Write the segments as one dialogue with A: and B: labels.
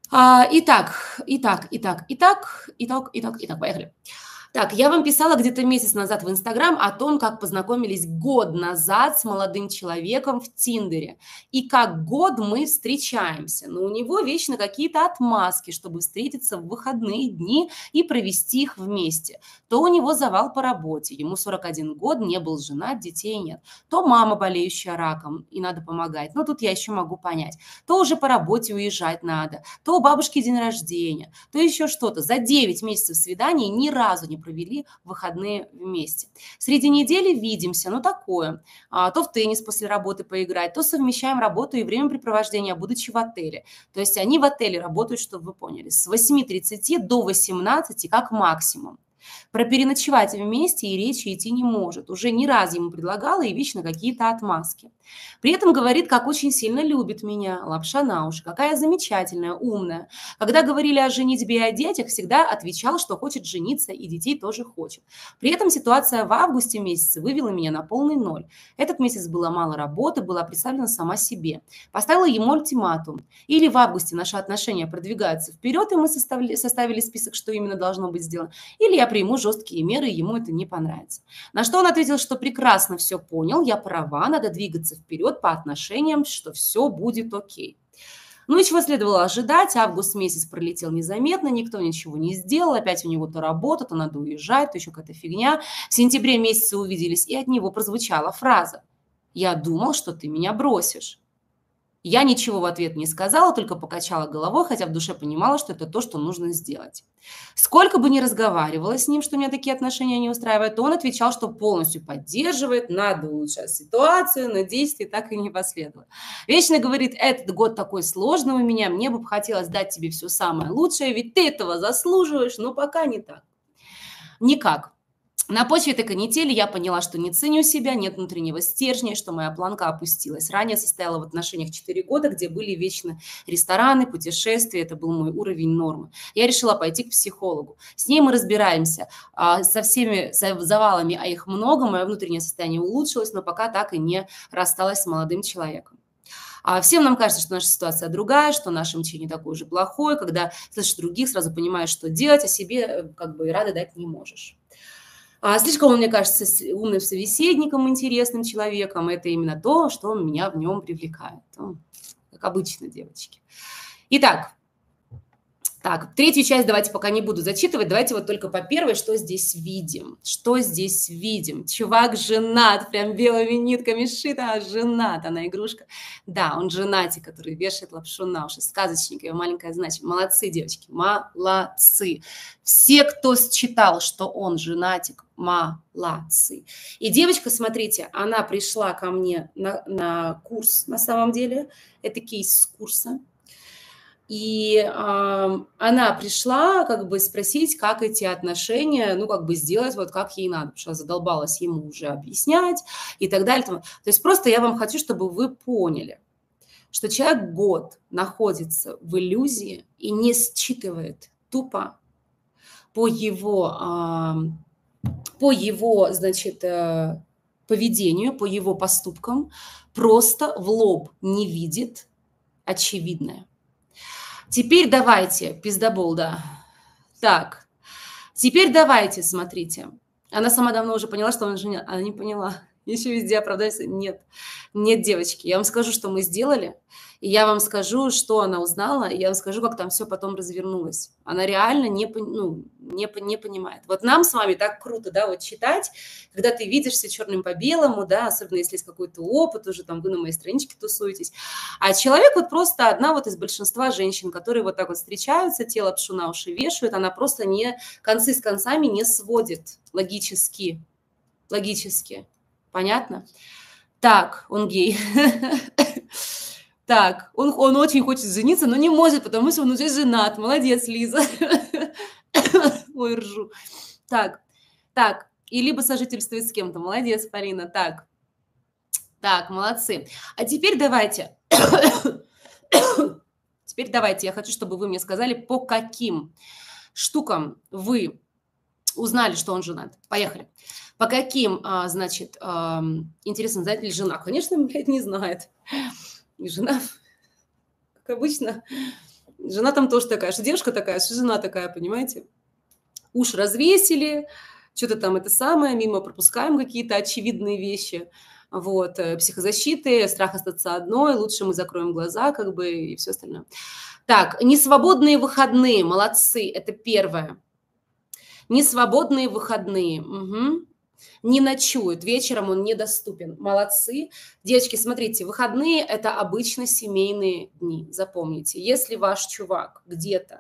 A: Итак, поехали. Так, я вам писала где-то месяц назад в Инстаграм о том, как познакомились год назад с молодым человеком в Тиндере. И как год мы встречаемся. Но у него вечно какие-то отмазки, чтобы встретиться в выходные дни и провести их вместе. То у него завал по работе, ему 41 год, не был женат, детей нет. То мама, болеющая раком, и надо помогать. Ну, тут я еще могу понять. То уже по работе уезжать надо, то у бабушки день рождения, то еще что-то. За 9 месяцев свиданий ни разу не провели выходные вместе. Среди недели видимся, ну такое. То в теннис после работы поиграть, то совмещаем работу и времяпрепровождение, будучи в отеле. То есть они в отеле работают, чтобы вы поняли, с 8:30 до 18 как максимум. Про переночевать вместе и речи идти не может. Уже не раз ему предлагала и вечно какие-то отмазки. При этом говорит, как очень сильно любит меня. Лапша на уши. Какая я замечательная, умная. Когда говорили о женитьбе и о детях, всегда отвечал, что хочет жениться и детей тоже хочет. При этом ситуация в августе месяце вывела меня на полный ноль. Этот месяц было мало работы, была представлена сама себе. Поставила ему ультиматум. Или в августе наши отношения продвигаются вперед, и мы составили список, что именно должно быть сделано, или я приму жесткие меры, и ему это не понравится. На что он ответил, что прекрасно все понял, я права, надо двигаться вперед по отношениям, что все будет окей. Ну и чего следовало ожидать? Август месяц пролетел незаметно, никто ничего не сделал, опять у него то работа, то надо уезжать, то еще какая-то фигня. В сентябре месяце увиделись, и от него прозвучала фраза: «Я думал, что ты меня бросишь». Я ничего в ответ не сказала, только покачала головой, хотя в душе понимала, что это то, что нужно сделать. Сколько бы ни разговаривала с ним, что меня такие отношения не устраивают, то он отвечал, что полностью поддерживает, надо улучшать ситуацию, но действий так и не последовало. Вечно говорит: этот год такой сложный у меня, мне бы хотелось дать тебе все самое лучшее, ведь ты этого заслуживаешь, но пока не так. Никак. На почве этой канители я поняла, что не ценю себя, нет внутреннего стержня, что моя планка опустилась. Ранее состояла в отношениях 4 года, где были вечно рестораны, путешествия, это был мой уровень нормы. Я решила пойти к психологу. С ней мы разбираемся со всеми завалами, а их много, мое внутреннее состояние улучшилось, но пока так и не рассталась с молодым человеком. Всем нам кажется, что наша ситуация другая, что наше мчение такое же плохое, когда слышишь других, сразу понимаешь, что делать, а себе как бы и рады дать не можешь. Слишком он, мне кажется, умным собеседником, интересным человеком. Это именно то, что меня в нем привлекает. Ну, как обычно, девочки. Итак, третью часть давайте пока не буду зачитывать. Давайте вот только по первой, что здесь видим. Что здесь видим? Чувак женат, прям белыми нитками сшито, женат, она игрушка. Да, он женатик, который вешает лапшу на уши. Сказочник, ее маленькая значит. Молодцы, девочки, молодцы. Все, кто считал, что он женатик, молодцы. И девочка, смотрите, она пришла ко мне на курс, на самом деле. Это кейс с курса. И она пришла как бы спросить, как эти отношения, ну, как бы сделать вот как ей надо, потому что задолбалась ему уже объяснять и так далее. То есть просто я вам хочу, чтобы вы поняли, что человек год находится в иллюзии и не считывает тупо по его, значит, поведению, по его поступкам, просто в лоб не видит очевидное. Теперь давайте, пиздобол, да. Так, теперь давайте, смотрите. Она сама давно уже поняла, что он женат. Она не поняла. Еще везде оправдается. Нет, нет, девочки. Я вам скажу, что мы сделали. И я вам скажу, что она узнала. И я вам скажу, как там все потом развернулось. Она реально не понимает. Вот нам с вами так круто, да, вот читать, когда ты видишь все черным по белому, да, особенно если есть какой-то опыт, уже там вы на моей страничке тусуетесь. А человек вот просто одна вот из большинства женщин, которые вот так вот встречаются, тело лапшу на уши вешают, она просто не концы с концами не сводит логически. Понятно? Так, он гей. Так, он очень хочет жениться, но не может, потому что он уже женат. Молодец, Лиза. Ой, ржу. Так, и либо сожительствует с кем-то. Молодец, Полина. Так, молодцы. А теперь давайте, я хочу, чтобы вы мне сказали, по каким штукам вы узнали, что он женат. Поехали. По каким, значит, интересно, знает ли жена? Конечно, блядь, не знает. И жена, как обычно, Жена там тоже такая, что девушка такая, что жена такая, понимаете? Уши развесили, что-то там это самое, мимо пропускаем какие-то очевидные вещи. Вот, психозащиты, страх остаться одной, лучше мы закроем глаза, как бы, и все остальное. Так, несвободные выходные, молодцы, это первое. Несвободные выходные, мгм. Не ночует, вечером он недоступен. Молодцы. Девочки, смотрите, выходные – это обычно семейные дни, запомните. Если ваш чувак где-то,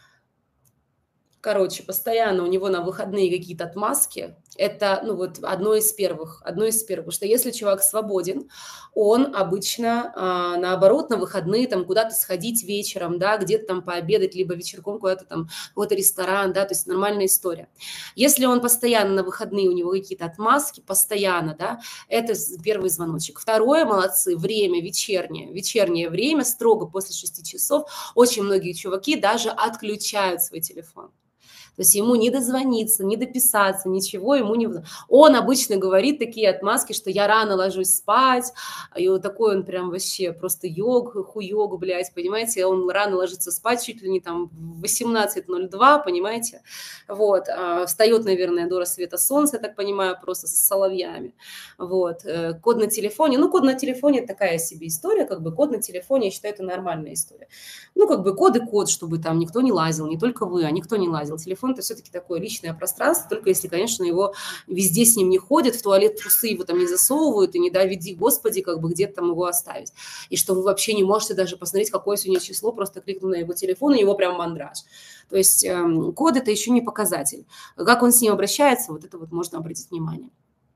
A: короче, постоянно у него на выходные какие-то отмазки, это, ну, вот одно из первых, потому что если чувак свободен, он обычно, наоборот, на выходные там куда-то сходить вечером, да, где-то там пообедать, либо вечерком куда-то там, в какой-то ресторан, да, то есть нормальная история. Если он постоянно на выходные, у него какие-то отмазки, постоянно, да, это первый звоночек. Второе, молодцы, время вечернее время, строго после 6 часов, очень многие чуваки даже отключают свой телефон. То есть ему не дозвониться, не дописаться, ничего ему не... Он обычно говорит такие отмазки, что я рано ложусь спать, и вот такой он прям вообще просто хуёг, блядь, понимаете, он рано ложится спать чуть ли не там в 18:02, понимаете, вот, встает, наверное, до рассвета солнца, я так понимаю, просто с соловьями, вот, код на телефоне, ну, код на телефоне – это такая себе история, как бы код на телефоне, я считаю, это нормальная история. Ну, как бы код и код, чтобы там никто не лазил, не только вы, а никто не лазил. Телефон – это все-таки такое личное пространство, только если, конечно, его везде с ним не ходят, в туалет трусы его там не засовывают, и не дай веди, Господи, как бы где-то там его оставить. И что вы вообще не можете даже посмотреть, какое сегодня число, просто кликнув на его телефон, и его прям мандраж. То есть код – это еще не показатель. Как он с ним обращается, вот это вот можно обратить внимание.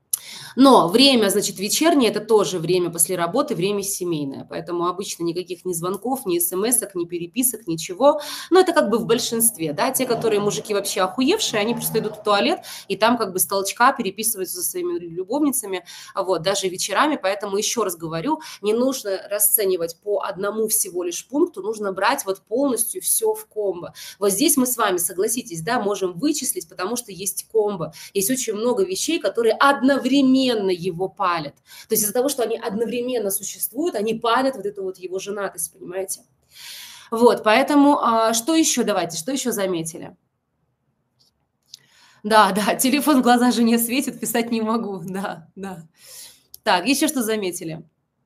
A: Но время, значит, вечернее – это тоже время после работы, время семейное. Поэтому обычно никаких ни звонков, ни смс-ок, ни переписок, ничего. Но это как бы в большинстве, да. Те, которые мужики вообще охуевшие, они просто идут в туалет и там как бы с толчка переписываются со своими любовницами, вот, даже вечерами. Поэтому еще раз говорю, не нужно расценивать по одному всего лишь пункту, нужно брать вот полностью все в комбо. Вот здесь мы с вами, согласитесь, да, можем вычислить, потому что есть комбо. Есть очень много вещей, которые одновременно его палят. То есть из-за того, что они одновременно существуют, они палят вот эту вот его женатость, понимаете? Вот, поэтому что еще, давайте, что еще заметили? Да, телефон в глаза жене светит, писать не могу, да. Так, еще что заметили?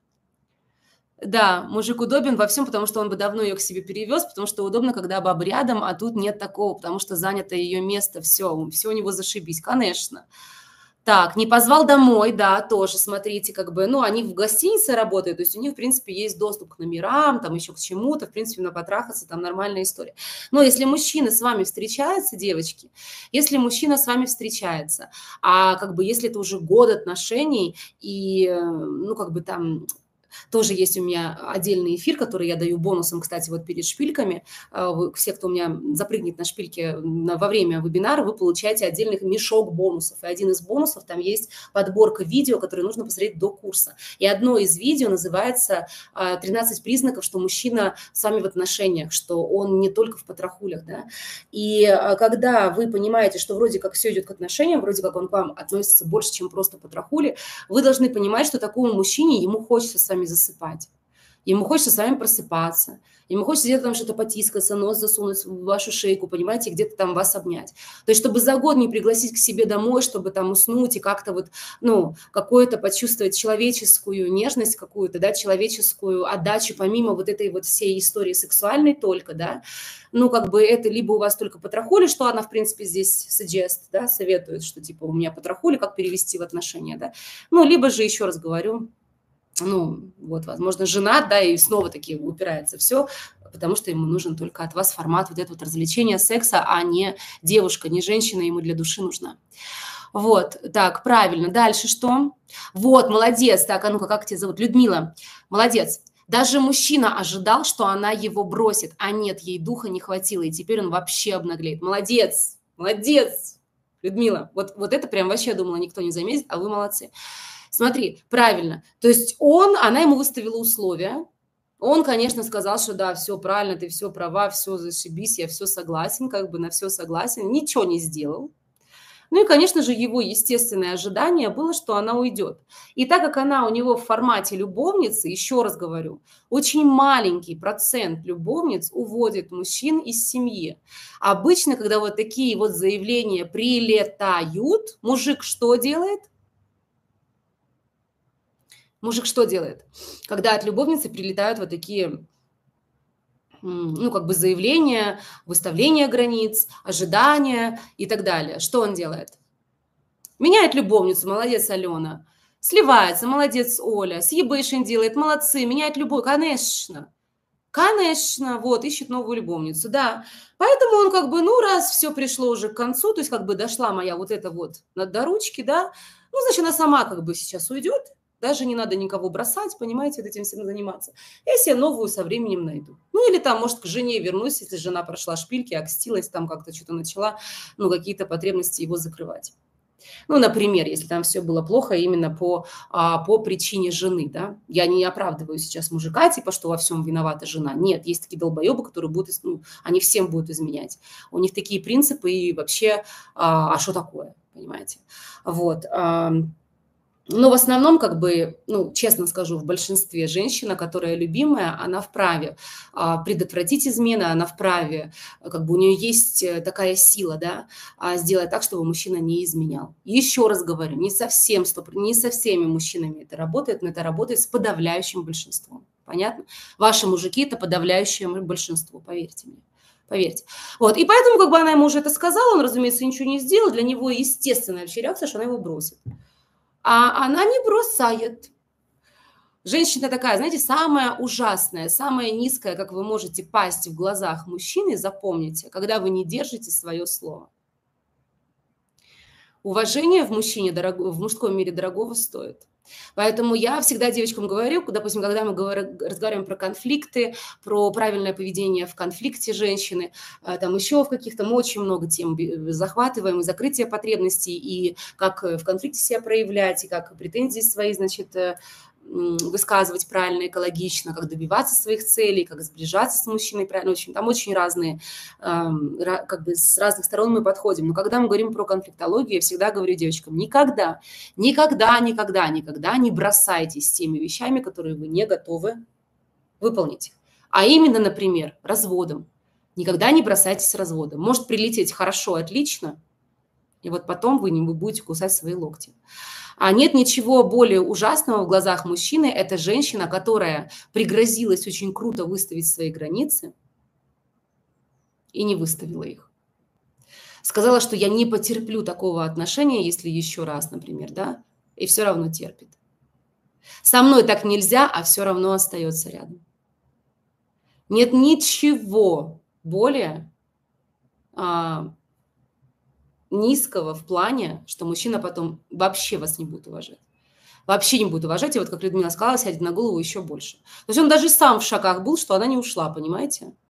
A: Да, мужик удобен во всем, потому что он бы давно ее к себе перевез, потому что удобно, когда баба рядом, а тут нет такого, потому что занято ее место, все у него зашибись, конечно. Так, не позвал домой, да, тоже, смотрите, как бы, ну, они в гостинице работают, то есть у них, в принципе, есть доступ к номерам, там еще к чему-то, в принципе, на потрахаться, там нормальная история. Но если мужчина с вами встречается, девочки, если мужчина с вами встречается, а как бы если это уже год отношений, и, ну, как бы там... Тоже есть у меня отдельный эфир, который я даю бонусом, кстати, вот перед шпильками. Все, кто у меня запрыгнет на шпильки во время вебинара, вы получаете отдельный мешок бонусов. И один из бонусов, там есть подборка видео, которые нужно посмотреть до курса. И одно из видео называется «13 признаков, что мужчина с вами в отношениях», что он не только в потрохулях, да. И когда вы понимаете, что вроде как все идет к отношениям, вроде как он к вам относится больше, чем просто потрохули, вы должны понимать, что такому мужчине, ему хочется с вами засыпать. Ему хочется с вами просыпаться. Ему хочется где-то там что-то потискаться, нос засунуть в вашу шейку, понимаете, где-то там вас обнять. То есть, чтобы за год не пригласить к себе домой, чтобы там уснуть и как-то вот, ну, какое-то почувствовать человеческую нежность какую-то, да, человеческую отдачу, помимо вот этой вот всей истории сексуальной только, да, ну, как бы это либо у вас только потрохули, что она, в принципе, здесь suggest, да, советует, что типа у меня потрохули, как перевести в отношения, да, ну, либо же, еще раз говорю, ну, вот, возможно, женат, да, и снова-таки упирается все, потому что ему нужен только от вас формат вот этого вот развлечения, секса, а не девушка, не женщина ему для души нужна. Вот, так, правильно. Дальше что? Вот, молодец. Так, а ну-ка, как тебя зовут? Людмила. Молодец. Даже мужчина ожидал, что она его бросит, а нет, ей духа не хватило, и теперь он вообще обнаглеет. Молодец, молодец, Людмила. Вот это прям вообще, я думала, никто не заметит, а вы молодцы. Смотри, правильно. То есть она ему выставила условия. Он, конечно, сказал, что да, все правильно, ты все права, все зашибись, я все согласен, как бы на все согласен. Ничего не сделал. Ну и, конечно же, его естественное ожидание было, что она уйдет. И так как она у него в формате любовницы, еще раз говорю, очень маленький процент любовниц уводит мужчин из семьи. Обычно, когда вот такие вот заявления прилетают, мужик что делает? Мужик что делает? Когда от любовницы прилетают вот такие, ну, как бы заявления, выставление границ, ожидания и так далее. Что он делает? Меняет любовницу, молодец, Алена. Сливается, молодец, Оля. Съебышин делает, молодцы, меняет любовь, конечно. Конечно, вот, ищет новую любовницу, да. Поэтому он как бы, ну, раз все пришло уже к концу, то есть как бы дошла моя вот эта вот до ручки, да, ну, значит, она сама как бы сейчас уйдет, даже не надо никого бросать, понимаете, вот этим всем заниматься. Я себе новую со временем найду. Ну, или там, может, к жене вернусь, если жена прошла шпильки, окстилась, там как-то что-то начала, ну, какие-то потребности его закрывать. Ну, например, если там все было плохо именно по причине жены, да. Я не оправдываю сейчас мужика, типа, что во всем виновата жена. Нет, есть такие долбоебы, которые будут, ну, они всем будут изменять. У них такие принципы и вообще, что такое, понимаете? Вот. Но в основном, как бы, ну, честно скажу, в большинстве женщина, которая любимая, она вправе предотвратить измены, она вправе, как бы у нее есть такая сила, да, сделать так, чтобы мужчина не изменял. Еще раз говорю, не со всеми мужчинами это работает, но это работает с подавляющим большинством. Понятно? Ваши мужики – это подавляющее большинство, поверьте мне. Поверьте. Вот. И поэтому, как бы она ему уже это сказала, он, разумеется, ничего не сделал. Для него естественная вообще реакция, что она его бросит. А она не бросает. Женщина такая, знаете, самая ужасная, самая низкая, как вы можете пасть в глазах мужчины, запомните, когда вы не держите свое слово. Уважение в мужчине, в мужском мире дорогого стоит. Поэтому я всегда девочкам говорю, допустим, когда мы разговариваем про конфликты, про правильное поведение в конфликте женщины, там еще в каких-то, мы очень много тем захватываем, и закрытие потребностей, и как в конфликте себя проявлять, и как претензии свои, значит, высказывать правильно, экологично, как добиваться своих целей, как сближаться с мужчиной правильно. В общем, там очень разные, как бы с разных сторон мы подходим. Но когда мы говорим про конфликтологию, я всегда говорю девочкам, никогда, никогда, никогда, никогда не бросайтесь теми вещами, которые вы не готовы выполнить. А именно, например, разводом. Никогда не бросайтесь разводом. Может прилететь хорошо, отлично, и вот потом вы будете кусать свои локти. А нет ничего более ужасного в глазах мужчины. Это женщина, которая пригрозилась очень круто выставить свои границы и не выставила их. Сказала, что я не потерплю такого отношения, если еще раз, например, да, и все равно терпит. Со мной так нельзя, а все равно остается рядом. Нет ничего более низкого в плане, что мужчина потом вообще вас не будет уважать. Вообще не будет уважать. И вот, как Людмила сказала, сядет на голову еще больше. То есть он даже сам в шоках был, что она не ушла, понимаете?